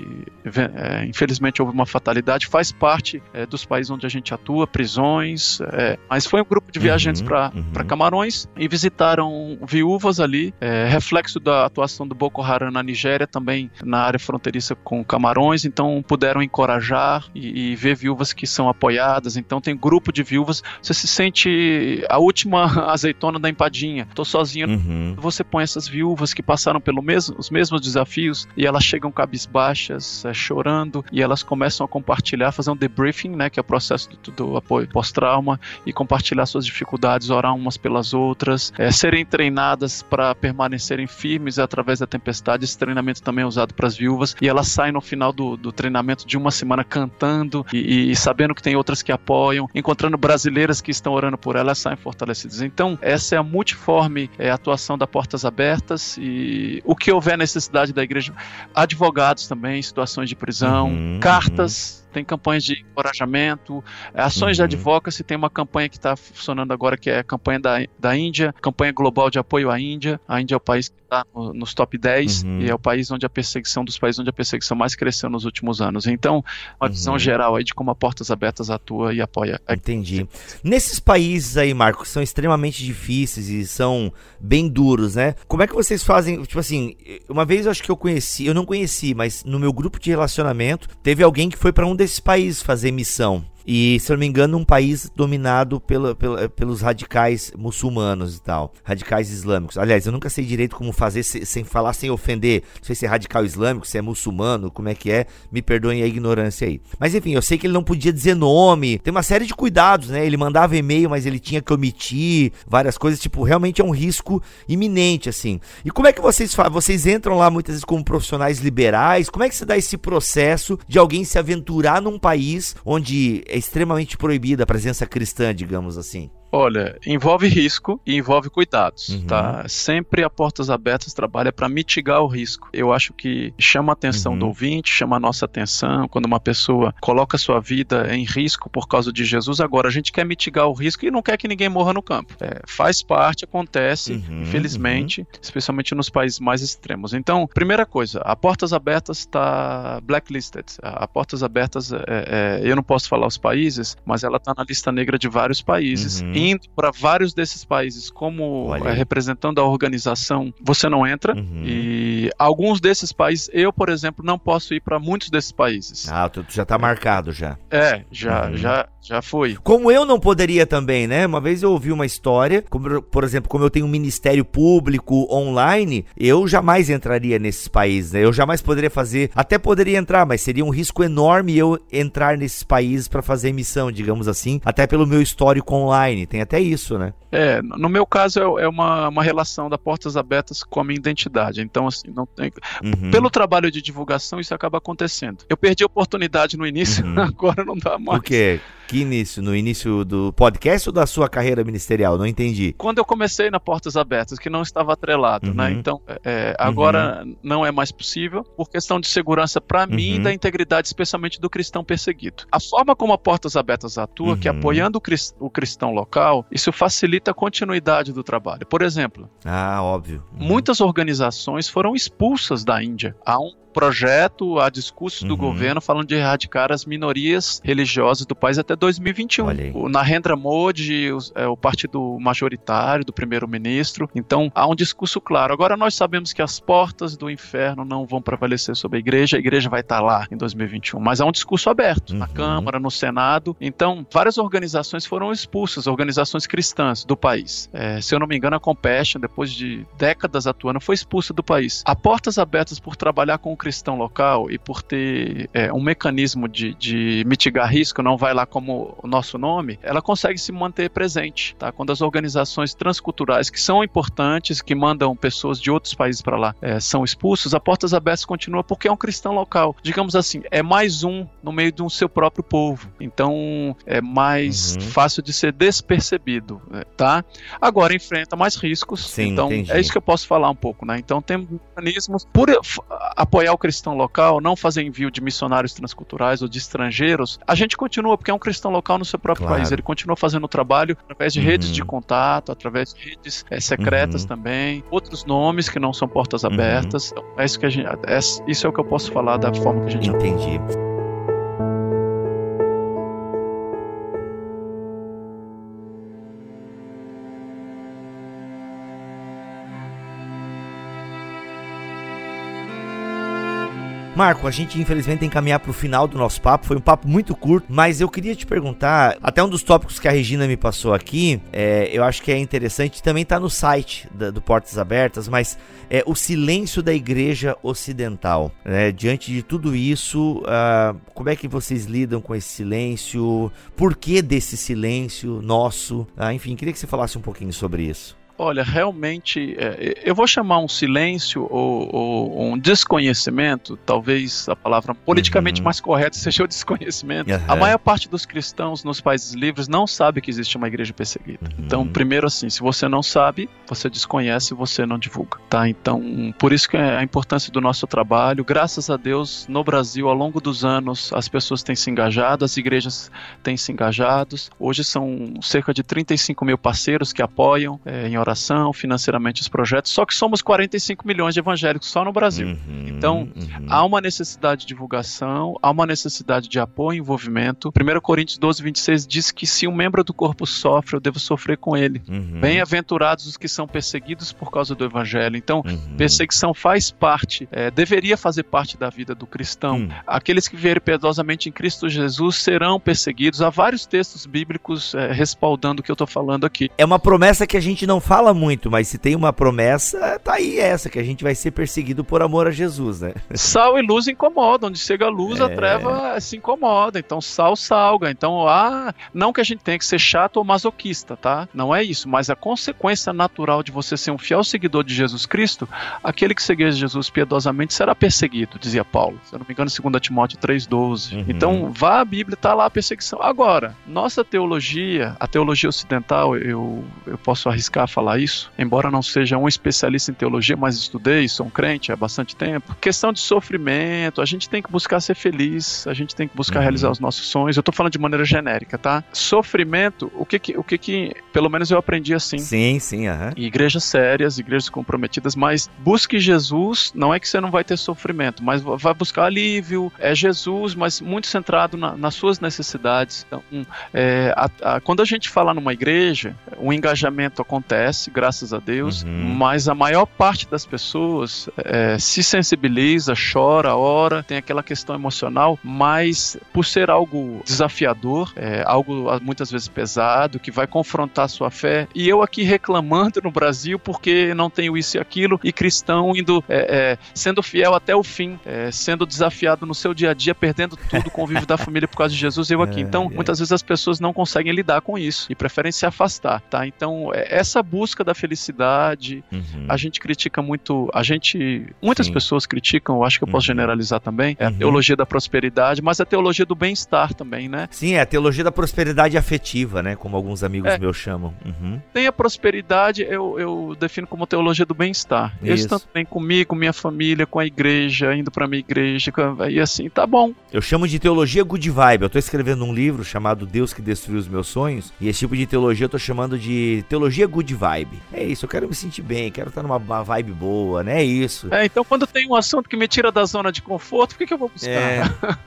Speaker 3: é, infelizmente houve uma fatalidade, faz parte é, dos países onde a gente atua, prisões, é, mas foi um grupo de viajantes uhum, para uhum. Camarões e visitaram viúvas ali, é, reflexo da atuação do Boko Haram na Nigéria, também na área fronteiriça com Camarões, então puderam encorajar e, e ver viúvas que são apoiadas, então tem grupo de viúvas, você se sente a última azeitona da empadinha, tô sozinho, uhum. você põe essas viúvas que passaram pelos mesmo, mesmos desafios e elas chegam cabisbaixas, é, chorando, e elas começam a compartilhar, fazer um debriefing, né, que é o processo do, do apoio pós-trauma, e compartilhar suas dificuldades, orar umas pelas outras, é, serem treinadas para permanecerem firmes através da tempestade. Esse treinamento também é usado para as viúvas, e elas saem no final do, do treinamento de uma semana cantando e, e sabendo que tem outras que apoiam, encontrando brasileiras que estão orando por elas, saem fortalecidas. Então, essa é a multiforme é, atuação da Portas Abertas, e o que houver necessidade da igreja, advogados também, situações de prisão, uhum, cartas, uhum. tem campanhas de encorajamento, ações uhum. de advocacy, tem uma campanha que está funcionando agora, que é a campanha da, da Índia, campanha global de apoio à Índia. A Índia é o país que está no, nos top dez uhum. e é o país onde a perseguição, dos países onde a perseguição mais cresceu nos últimos anos. Então, uma visão uhum. geral aí de como a Portas Abertas atua e apoia.
Speaker 2: Entendi. Nesses países aí, Marco, que são extremamente difíceis e são bem duros, né? Como é que vocês fazem? Tipo assim, uma vez eu acho que eu conheci, eu não conheci, mas no meu grupo de relacionamento, teve alguém que foi para um desses países fazer missão. e, se eu não me engano, um país dominado pela, pela, pelos radicais muçulmanos e tal, radicais islâmicos. Aliás, eu nunca sei direito como fazer se, sem falar, sem ofender, não sei se é radical islâmico, se é muçulmano, como é que é, me perdoem a ignorância aí. Mas enfim, eu sei que ele não podia dizer nome, tem uma série de cuidados, né? Ele mandava e-mail, mas ele tinha que omitir várias coisas, tipo, realmente é um risco iminente, assim. E como é que vocês fazem? Vocês entram lá muitas vezes como profissionais liberais, como é que se dá esse processo de alguém se aventurar num país onde é extremamente proibida a presença cristã, digamos assim?
Speaker 3: Olha, envolve risco e envolve cuidados,
Speaker 2: uhum.
Speaker 3: tá? Sempre a Portas Abertas trabalha para mitigar o risco. Eu acho que chama a atenção uhum. do ouvinte, chama a nossa atenção quando uma pessoa coloca a sua vida em risco por causa de Jesus. Agora, a gente quer mitigar o risco e não quer que ninguém morra no campo. É, faz parte, acontece, uhum, infelizmente, uhum. especialmente nos países mais extremos. Então, primeira coisa, a Portas Abertas está blacklisted. A Portas Abertas, é, é, eu não posso falar os países, mas ela está na lista negra de vários países. Uhum. Indo para vários desses países como é, representando a organização, você não entra. Uhum. E alguns desses países, eu, por exemplo, não posso ir para muitos desses países.
Speaker 2: Ah, tu já tá marcado já.
Speaker 3: É, já, uhum. já, já foi.
Speaker 2: Como eu não poderia também, né? Uma vez eu ouvi uma história, como, por exemplo, como eu tenho um ministério público online, eu jamais entraria nesses países, né? Eu jamais poderia fazer, até poderia entrar, mas seria um risco enorme eu entrar nesses países para fazer missão, digamos assim, até pelo meu histórico online. Tem até isso, né?
Speaker 3: É, no meu caso é, é uma, uma relação da Portas Abertas com a minha identidade. Então, assim, não tem... Uhum. Pelo trabalho de divulgação, isso acaba acontecendo. Eu perdi a oportunidade no início, uhum. agora não dá mais.
Speaker 2: O quê? Que início? No início do podcast ou da sua carreira ministerial? Não entendi.
Speaker 3: Quando eu comecei na Portas Abertas, que não estava atrelado, uhum. né? Então, é, agora uhum. não é mais possível, por questão de segurança para uhum. mim e da integridade, especialmente do cristão perseguido. A forma como a Portas Abertas atua, uhum. que é apoiando o, crist... o cristão local, isso facilita a continuidade do trabalho. Por exemplo,
Speaker 2: ah, óbvio. Uhum.
Speaker 3: muitas organizações foram expulsas da Índia. Há um projeto, há discursos do uhum. governo falando de erradicar as minorias religiosas do país até dois mil e vinte e um. O Narendra Modi o, é o partido majoritário do primeiro-ministro, então há um discurso claro. Agora nós sabemos que as portas do inferno não vão prevalecer sobre a igreja, a igreja vai estar lá em dois mil e vinte e um, mas há um discurso aberto uhum. na Câmara, no Senado, então várias organizações foram expulsas, organizações cristãs do país. É, se eu não me engano, a Compassion, depois de décadas atuando, foi expulsa do país. Há Portas Abertas por trabalhar com o cristão local e por ter é, um mecanismo de, de mitigar risco, não vai lá como o nosso nome, ela consegue se manter presente, tá? Quando as organizações transculturais que são importantes, que mandam pessoas de outros países para lá, é, são expulsos, a Portas Abertas continua porque é um cristão local. Digamos assim, é mais um no meio do seu próprio povo. Então, é mais uhum. fácil de ser despercebido, tá? Agora, enfrenta mais riscos.
Speaker 2: Sim,
Speaker 3: então,
Speaker 2: entendi.
Speaker 3: É isso que eu posso falar um pouco, né? Então, tem mecanismos por apoiar o cristão local, não fazer envio de missionários transculturais ou de estrangeiros, a gente continua, porque é um cristão local no seu próprio
Speaker 2: claro.
Speaker 3: país, ele continua fazendo o trabalho através de uhum. redes de contato, através de redes é, secretas uhum. também, outros nomes que não são portas abertas, uhum. então, é isso que a gente, é, isso é o que eu posso falar da forma que a gente
Speaker 2: entendi. Marco, a gente infelizmente tem que caminhar para o final do nosso papo, foi um papo muito curto, mas eu queria te perguntar, até um dos tópicos que a Regina me passou aqui, é, eu acho que é interessante, também está no site da, do Portas Abertas, mas é o silêncio da igreja ocidental, né? Diante de tudo isso, uh, como é que vocês lidam com esse silêncio, por que desse silêncio nosso, uh, enfim, queria que você falasse um pouquinho sobre isso.
Speaker 3: Olha, realmente, é, eu vou chamar um silêncio ou, ou um desconhecimento, talvez a palavra politicamente uhum. mais correta seja o desconhecimento. Uhum. A maior parte dos cristãos nos países livres não sabe que existe uma igreja perseguida. Uhum. Então, primeiro assim, se você não sabe, você desconhece e você não divulga, tá? Então, por isso que é a importância do nosso trabalho. Graças a Deus, no Brasil, ao longo dos anos, as pessoas têm se engajado, as igrejas têm se engajado. Hoje são cerca de trinta e cinco mil parceiros que apoiam é, em oração. oração, financeiramente os projetos, só que somos quarenta e cinco milhões de evangélicos só no Brasil. Uhum, então, uhum. há uma necessidade de divulgação, há uma necessidade de apoio e envolvimento. primeira Coríntios doze, vinte e seis diz que se um membro do corpo sofre, eu devo sofrer com ele. Uhum. Bem-aventurados os que são perseguidos por causa do evangelho. Então, uhum. perseguição faz parte, é, deveria fazer parte da vida do cristão. Uhum. Aqueles que vierem piedosamente em Cristo Jesus serão perseguidos. Há vários textos bíblicos é, respaldando o que eu estou falando aqui.
Speaker 2: É uma promessa que a gente não fala muito, mas se tem uma promessa, tá aí essa, que a gente vai ser perseguido por amor a Jesus, né?
Speaker 3: Sal e luz incomodam. Onde chega a luz, é. a treva se incomoda. Então, sal salga. Então, ah, não que a gente tenha que ser chato ou masoquista, tá? Não é isso, mas a consequência natural de você ser um fiel seguidor de Jesus Cristo, aquele que seguir Jesus piedosamente será perseguido, dizia Paulo. Se eu não me engano, dois Timóteo três, doze. Uhum. Então, vá à Bíblia, tá lá a perseguição. Agora, nossa teologia, a teologia ocidental, eu, eu posso arriscar a falar isso, embora não seja um especialista em teologia, mas estudei, sou um crente há bastante tempo. Questão de sofrimento, a gente tem que buscar ser feliz, a gente tem que buscar uhum. realizar os nossos sonhos. Eu tô falando de maneira genérica, tá? Sofrimento, o que que, o que, que pelo menos eu aprendi assim.
Speaker 2: Sim, sim, aham.
Speaker 3: Uhum. Igrejas sérias, igrejas comprometidas, mas busque Jesus, não é que você não vai ter sofrimento, mas vai buscar alívio, é Jesus, mas muito centrado na, nas suas necessidades. Então, é, a, a, quando a gente fala numa igreja, o engajamento acontece, graças a Deus, uhum. mas a maior parte das pessoas é, se sensibiliza, chora, ora, tem aquela questão emocional, mas por ser algo desafiador, é, algo muitas vezes pesado, que vai confrontar a sua fé, e eu aqui reclamando no Brasil porque não tenho isso e aquilo, e cristão indo, é, é, sendo fiel até o fim, é, sendo desafiado no seu dia a dia, perdendo tudo, o convívio da família por causa de Jesus, eu aqui. Então, muitas vezes as pessoas não conseguem lidar com isso e preferem se afastar, tá? Então, essa busca da felicidade, uhum. a gente critica muito, a gente, muitas Sim. pessoas criticam, eu acho que eu posso uhum. generalizar também, é a uhum. teologia da prosperidade, mas a teologia do bem-estar também, né?
Speaker 2: Sim, é a teologia da prosperidade afetiva, né? Como alguns amigos é. meus chamam. Uhum.
Speaker 3: Tem a prosperidade, eu, eu defino como teologia do bem-estar. Eu estou também comigo, minha família, com a igreja, indo pra minha igreja, e assim, tá bom.
Speaker 2: Eu chamo de teologia good vibe. Eu tô escrevendo um livro chamado Deus que Destruiu os Meus Sonhos, e esse tipo de teologia eu tô chamando de teologia good vibe. É isso, eu quero me sentir bem, quero estar numa uma vibe boa, né? É isso.
Speaker 3: É, então quando tem um assunto que me tira da zona de conforto, por que, que eu vou buscar?
Speaker 2: É.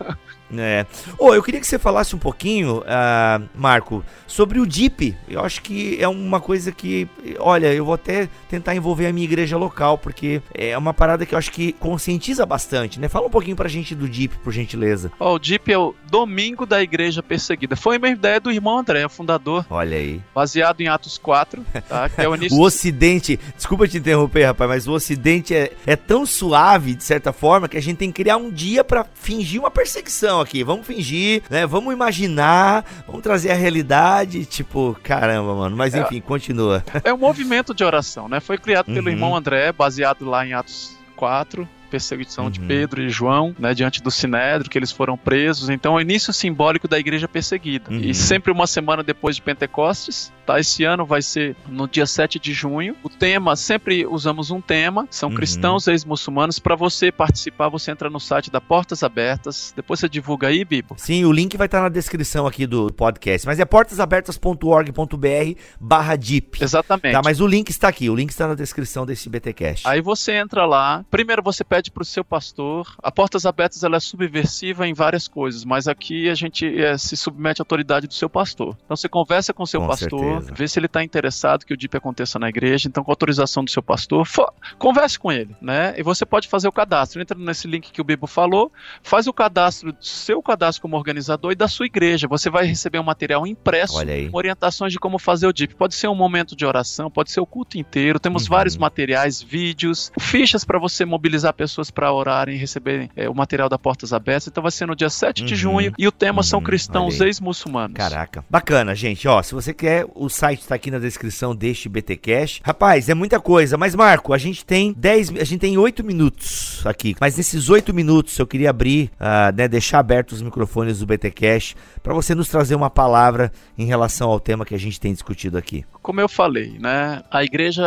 Speaker 2: É. Oh, eu queria que você falasse um pouquinho, uh, Marco, sobre o D I P. Eu acho que é uma coisa que, olha, eu vou até tentar envolver a minha igreja local, porque é uma parada que eu acho que conscientiza bastante, né? Fala um pouquinho pra gente do D I P, por gentileza.
Speaker 3: Oh, o D I P é o Domingo da Igreja Perseguida. Foi uma ideia do irmão André, o fundador.
Speaker 2: Olha aí.
Speaker 3: Baseado em Atos quatro, tá? Que é o início.
Speaker 2: O Ocidente, desculpa te interromper, rapaz, mas o Ocidente é, é tão suave, de certa forma, que a gente tem que criar um dia pra fingir uma perseguição aqui, vamos fingir, né, vamos imaginar, vamos trazer a realidade, tipo, caramba, mano, mas enfim, é, continua.
Speaker 3: É um movimento de oração, né, foi criado pelo uhum. irmão André, baseado lá em Atos quatro, perseguição uhum. de Pedro e João, né, diante do Sinédrio, que eles foram presos. Então é o início simbólico da igreja perseguida. Uhum. E sempre uma semana depois de Pentecostes, tá? Esse ano vai ser no dia sete de junho. O tema, sempre usamos um tema, são uhum. cristãos ex-muçulmanos. Para você participar, você entra no site da Portas Abertas, depois você divulga aí, Bibo.
Speaker 2: Sim, o link vai estar na descrição aqui do podcast, mas é portasabertas ponto org ponto br barra D I P.
Speaker 3: Exatamente.
Speaker 2: Tá, mas o link está aqui, o link está na descrição desse BTcast.
Speaker 3: Aí você entra lá, primeiro você pede para o seu pastor. A Portas Abertas ela é subversiva em várias coisas, mas aqui a gente é, se submete à autoridade do seu pastor. Então você conversa com o seu com pastor, certeza. Vê se ele está interessado que o D I P aconteça na igreja, então com a autorização do seu pastor, for, converse com ele, né? E você pode fazer o cadastro. Entra nesse link que o Bibo falou, faz o cadastro, seu cadastro como organizador e da sua igreja. Você vai receber um material impresso, com orientações de como fazer o D I P. Pode ser um momento de oração, pode ser o culto inteiro, temos uhum. vários materiais, vídeos, fichas para você mobilizar pessoas para orarem e receberem é, o material da Portas Abertas. Então vai ser no dia sete de junho e o tema uhum. são cristãos ex-muçulmanos.
Speaker 2: Caraca, bacana, gente. Ó, se você quer, o site tá aqui na descrição deste BTcast. Rapaz, é muita coisa, mas Marco, a gente tem dez, a gente tem oito minutos aqui, mas nesses oito minutos eu queria abrir, uh, né, deixar abertos os microfones do BTcast para você nos trazer uma palavra em relação ao tema que a gente tem discutido aqui.
Speaker 3: Como eu falei, né, a igreja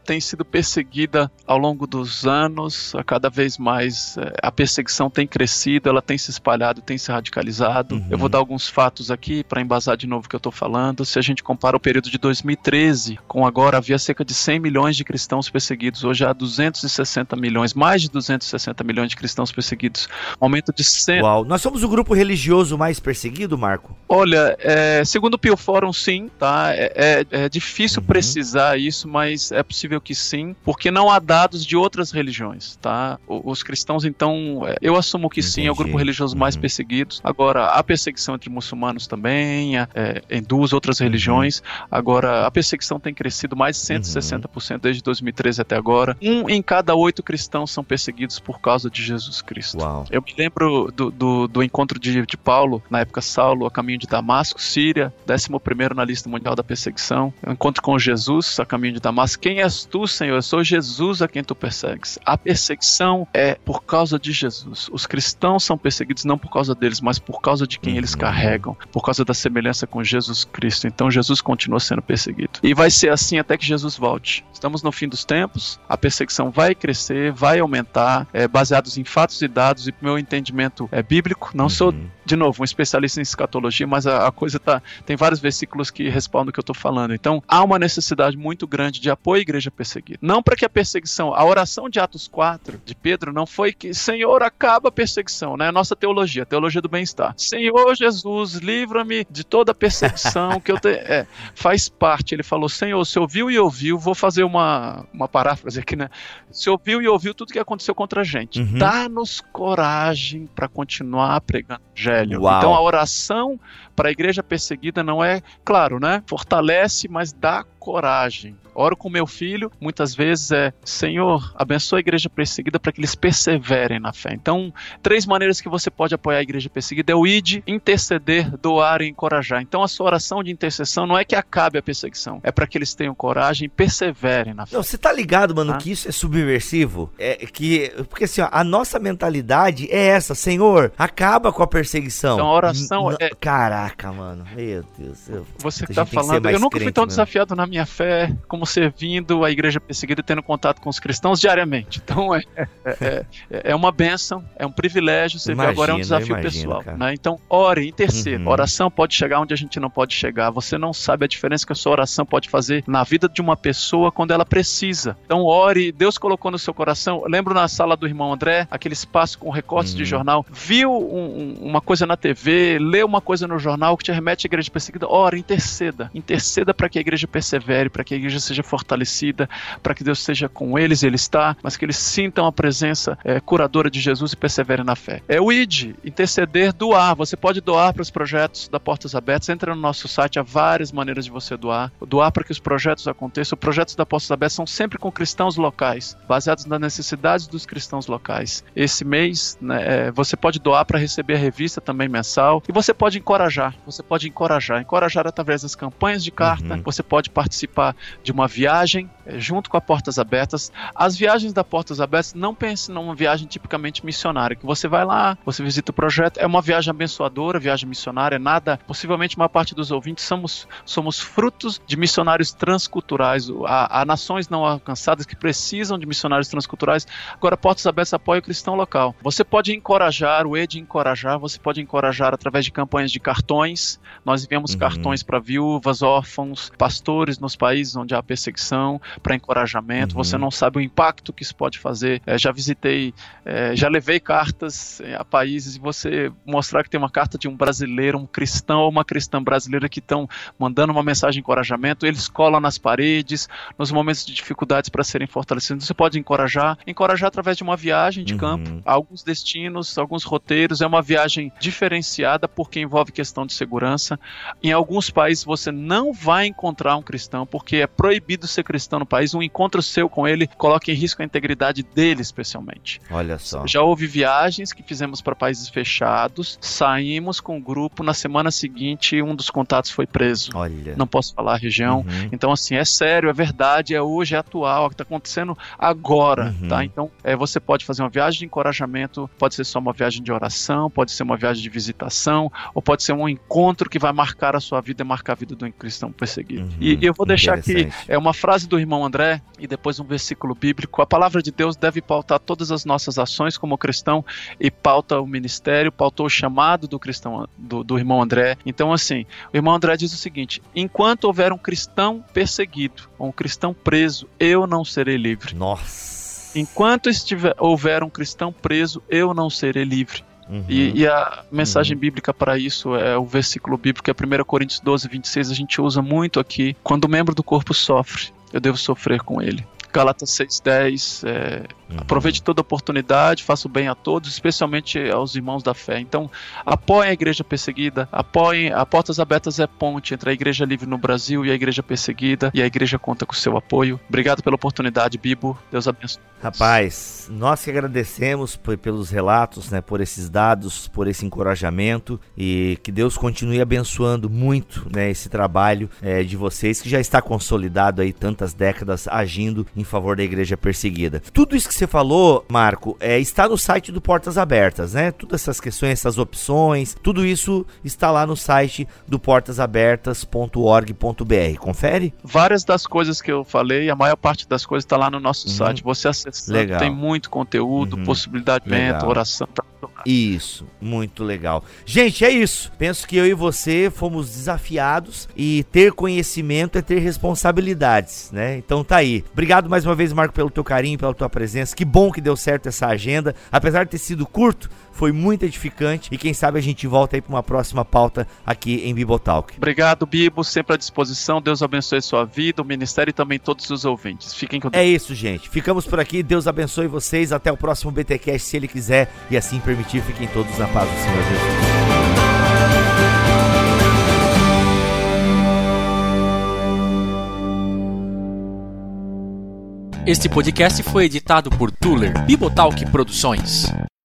Speaker 3: tem sido perseguida ao longo dos anos, a cada vez mais a perseguição tem crescido, ela tem se espalhado, tem se radicalizado. Uhum. Eu vou dar alguns fatos aqui para embasar de novo o que eu estou falando. Se a gente compara o período de dois mil e treze com agora, havia cerca de cem milhões de cristãos perseguidos, hoje há duzentos e sessenta milhões, mais de duzentos e sessenta milhões de cristãos perseguidos, um aumento de cem...
Speaker 2: Uau, nós somos o grupo religioso mais perseguido, Marco?
Speaker 3: Olha, é, segundo o Pew Forum, sim, tá? É, é, é difícil uhum. precisar isso, mas é possível que sim, porque não há dados de outras religiões, tá? Os cristãos, então, eu assumo que Entendi. sim, é o grupo religioso uhum. mais perseguido. Agora, há perseguição entre muçulmanos também, é, hindus, outras religiões. Uhum. Agora, a perseguição tem crescido mais de cento e sessenta por cento uhum. desde dois mil e treze até agora. Um em cada oito cristãos são perseguidos por causa de Jesus Cristo. Uau. Eu me lembro do, do, do encontro de, de Paulo, na época Saulo, a caminho de Damasco, Síria, décimo primeiro na lista mundial da perseguição. Eu encontro com Jesus, a caminho de Damasco. Quem és tu, Senhor? Eu sou Jesus a quem tu persegues. A perseguição é por causa de Jesus. Os cristãos são perseguidos não por causa deles, mas por causa de quem uhum. eles carregam, por causa da semelhança com Jesus Cristo. Então Jesus continua sendo perseguido. E vai ser assim até que Jesus volte. Estamos no fim dos tempos, a perseguição vai crescer, vai aumentar, é, baseados em fatos e dados, e meu entendimento é bíblico. Não uhum. sou, de novo, um especialista em escatologia, mas a, a coisa tá, tem vários versículos que respaldam o que eu estou falando. Então, há uma necessidade muito grande de apoio à igreja perseguida. Não para que a perseguição, a oração de Atos quatro, de Pedro, não foi que, Senhor, acaba a perseguição, né? A nossa teologia, a teologia do bem-estar. Senhor Jesus, livra-me de toda a perseguição que eu tenho. É, faz parte. Ele falou, Senhor, se ouviu e ouviu, vou fazer uma, uma paráfrase aqui, né? Se ouviu e ouviu tudo que aconteceu contra a gente. Uhum. Dá-nos coragem para continuar pregando o evangelho. Uau. Então, a oração para a igreja perseguida não é, claro, né? Fortalece, mas dá coragem. Oro com meu filho, muitas vezes é, Senhor, abençoa a igreja perseguida para que eles perseverem na fé. Então, três maneiras que você pode apoiar a igreja perseguida é o id, interceder, doar e encorajar. Então, a sua oração de intercessão não é que acabe a perseguição, é para que eles tenham coragem e perseverem na fé.
Speaker 2: Não, você tá ligado, mano, ah? que isso é subversivo? É que, porque assim, ó, a nossa mentalidade é essa, Senhor, acaba com a perseguição.
Speaker 3: Então, a oração N- é...
Speaker 2: Caraca, mano, meu Deus. Eu...
Speaker 3: Você que tá falando, eu nunca fui tão mesmo. desafiado na minha fé como servindo a igreja perseguida e tendo contato com os cristãos diariamente. Então é, é, é, é uma bênção, é um privilégio, você imagina, vê agora é um desafio imagino, pessoal, né? Então ore, interceda. Uhum. Oração pode chegar onde a gente não pode chegar. Você não sabe a diferença que a sua oração pode fazer na vida de uma pessoa quando ela precisa. Então ore, Deus colocou no seu coração. Eu lembro na sala do irmão André, aquele espaço com recortes uhum. de jornal, viu um, um, uma coisa na T V, leu uma coisa no jornal que te remete à igreja perseguida. Ore, interceda. Interceda para que a igreja persevere, para que a igreja seja fortalecida, para que Deus esteja com eles, Ele está, mas que eles sintam a presença é, curadora de Jesus e perseverem na fé. É o id, interceder, doar. Você pode doar para os projetos da Portas Abertas. Entra no nosso site, há várias maneiras de você doar. Doar para que os projetos aconteçam. Os projetos da Portas Abertas são sempre com cristãos locais, baseados nas necessidades dos cristãos locais. Esse mês, né, é, você pode doar para receber a revista também mensal, e você pode encorajar, você pode encorajar, encorajar através das campanhas de carta, uhum. você pode participar de uma viagem é, junto com a Portas Abertas. As viagens da Portas Abertas, não pense numa viagem tipicamente missionária, que você vai lá, você visita o projeto, é uma viagem abençoadora, viagem missionária, nada, possivelmente uma parte dos ouvintes somos, somos frutos de missionários transculturais, há, há nações não alcançadas que precisam de missionários transculturais. Agora, Portas Abertas apoia o cristão local. Você pode encorajar, o E D encorajar, você pode encorajar através de campanhas de cartões. Nós enviamos uhum. cartões para viúvas, órfãos, pastores nos países onde há perseguição, para encorajamento. Uhum. Você não sabe o impacto que isso pode fazer. É, já visitei, é, já levei cartas a países, e você mostrar que tem uma carta de um brasileiro, um cristão ou uma cristã brasileira que estão mandando uma mensagem de encorajamento, eles colam nas paredes, nos momentos de dificuldades para serem fortalecidos. Você pode encorajar, encorajar através de uma viagem de uhum. campo, alguns destinos, alguns roteiros. É uma viagem diferenciada porque envolve questão de segurança. Em alguns países você não vai encontrar um cristão, porque é proibido ser cristão no país. Um encontro seu com ele coloca em risco a integridade dele, especialmente.
Speaker 2: Olha só.
Speaker 3: Já houve viagens que fizemos para países fechados, saímos com o grupo, na semana seguinte um dos contatos foi preso.
Speaker 2: Olha.
Speaker 3: Não posso falar a região. Uhum. Então, assim, é sério, é verdade, é hoje, é atual, é o que está acontecendo agora, uhum. tá? Então, é, você pode fazer uma viagem de encorajamento, pode ser só uma viagem de oração, pode ser uma viagem viagem de visitação, ou pode ser um encontro que vai marcar a sua vida e marcar a vida do cristão perseguido. Uhum, e, e eu vou deixar aqui é uma frase do irmão André e depois um versículo bíblico. A palavra de Deus deve pautar todas as nossas ações como cristão e pauta o ministério, pautou o chamado do cristão, do, do irmão André. Então, assim, o irmão André diz o seguinte: enquanto houver um cristão perseguido, ou um cristão preso, eu não serei livre.
Speaker 2: Nossa!
Speaker 3: Enquanto estiver, houver um cristão preso, eu não serei livre. Uhum. E, e a mensagem uhum. bíblica para isso é o versículo bíblico, é primeira Coríntios doze, vinte e seis, a gente usa muito aqui. Quando o membro do corpo sofre, eu devo sofrer com ele. Gálatas seis, dez, é, uhum. aproveite toda oportunidade, faça o bem a todos, especialmente aos irmãos da fé. Então, apoiem a igreja perseguida, apoiem, a Portas Abertas é ponte entre a igreja livre no Brasil e a igreja perseguida, e a igreja conta com o seu apoio. Obrigado pela oportunidade, Bibo, Deus abençoe.
Speaker 2: Rapaz, nós que agradecemos por, pelos relatos, né, por esses dados, por esse encorajamento, e que Deus continue abençoando muito, né, esse trabalho é, de vocês, que já está consolidado aí tantas décadas agindo em favor da igreja perseguida. Tudo isso que você falou, Marco, é, está no site do Portas Abertas, né? Todas essas questões, essas opções, tudo isso está lá no site do portas abertas ponto org ponto br. Confere?
Speaker 3: Várias das coisas que eu falei, a maior parte das coisas está lá no nosso uhum. site. Você acessando,
Speaker 2: legal.
Speaker 3: Tem muito conteúdo, uhum. possibilidade de evento, oração, tá.
Speaker 2: Isso, muito legal. Gente, é isso. Penso que eu e você fomos desafiados e ter conhecimento é ter responsabilidades, né? Então tá aí. Obrigado mais uma vez, Marco, pelo teu carinho, pela tua presença. Que bom que deu certo essa agenda. Apesar de ter sido curto, foi muito edificante e quem sabe a gente volta aí para uma próxima pauta aqui em Bibotalk.
Speaker 3: Obrigado, Bibo, sempre à disposição. Deus abençoe sua vida, o ministério e também todos os ouvintes. Fiquem com Deus.
Speaker 2: É isso, gente. Ficamos por aqui. Deus abençoe vocês. Até o próximo B T Cast, se Ele quiser e assim permitir. Fiquem todos na paz do Senhor Jesus.
Speaker 4: Este podcast foi editado por Tuller Bibotalk Produções.